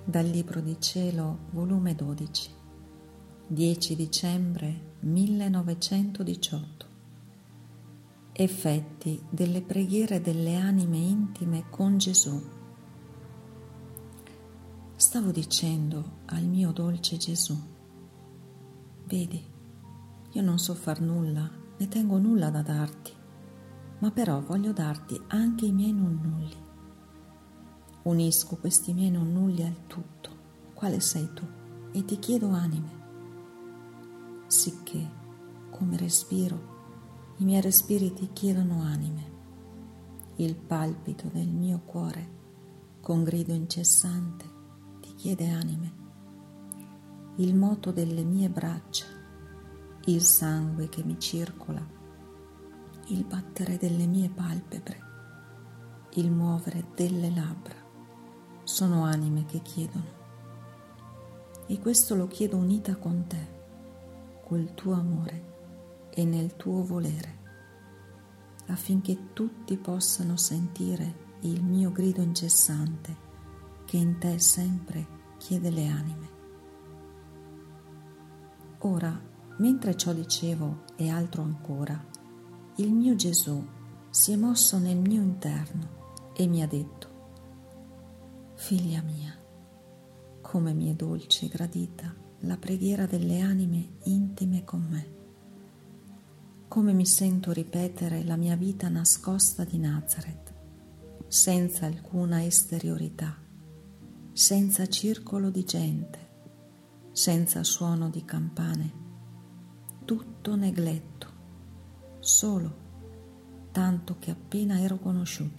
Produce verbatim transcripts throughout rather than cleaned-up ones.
Dal Libro di Cielo, volume dodici, dieci dicembre millenovecentodiciotto. Effetti delle preghiere delle anime intime con Gesù. Stavo dicendo al mio dolce Gesù: vedi, io non so far nulla, né tengo nulla da darti, ma però voglio darti anche i miei nonnulli. Unisco questi miei nonnulli al tutto, quale sei tu, e ti chiedo anime, sicché, come respiro, i miei respiri ti chiedono anime. Il palpito del mio cuore, con grido incessante, ti chiede anime. Il moto delle mie braccia, il sangue che mi circola, il battere delle mie palpebre, il muovere delle labbra, sono anime che chiedono. E questo lo chiedo unita con te, col tuo amore e nel tuo volere, affinché tutti possano sentire il mio grido incessante che in te sempre chiede le anime. Ora, mentre ciò dicevo e altro ancora, il mio Gesù si è mosso nel mio interno e mi ha detto: figlia mia, come mi è dolce e gradita la preghiera delle anime intime con me. Come mi sento ripetere la mia vita nascosta di Nazaret, senza alcuna esteriorità, senza circolo di gente, senza suono di campane, tutto negletto, solo, tanto che appena ero conosciuto.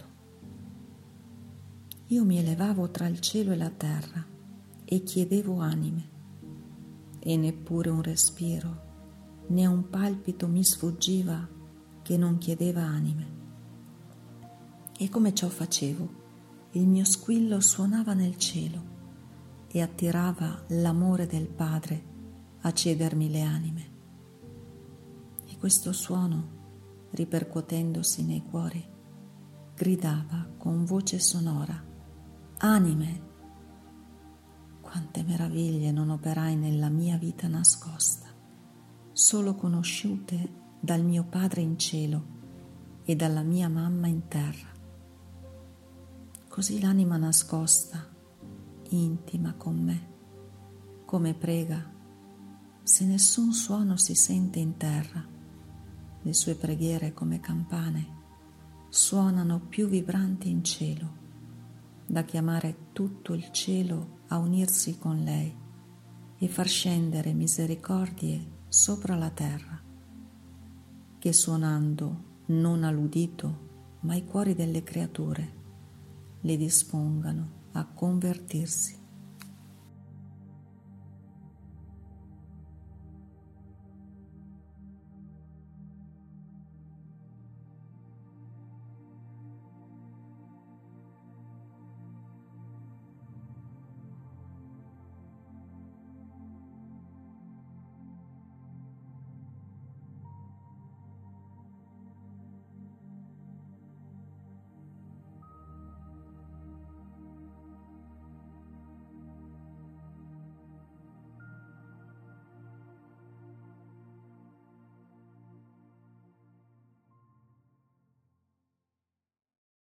Io mi elevavo tra il cielo e la terra e chiedevo anime, e neppure un respiro né un palpito mi sfuggiva che non chiedeva anime. E come ciò facevo, il mio squillo suonava nel cielo e attirava l'amore del Padre a cedermi le anime. E questo suono, ripercuotendosi nei cuori, gridava con voce sonora: anime! Quante meraviglie non operai nella mia vita nascosta, solo conosciute dal mio Padre in cielo e dalla mia mamma in terra. Così l'anima nascosta, intima con me, come prega, se nessun suono si sente in terra, le sue preghiere come campane suonano più vibranti in cielo, da chiamare tutto il cielo a unirsi con lei e far scendere misericordie sopra la terra, che suonando non all'udito ma ai cuori delle creature le dispongano a convertirsi.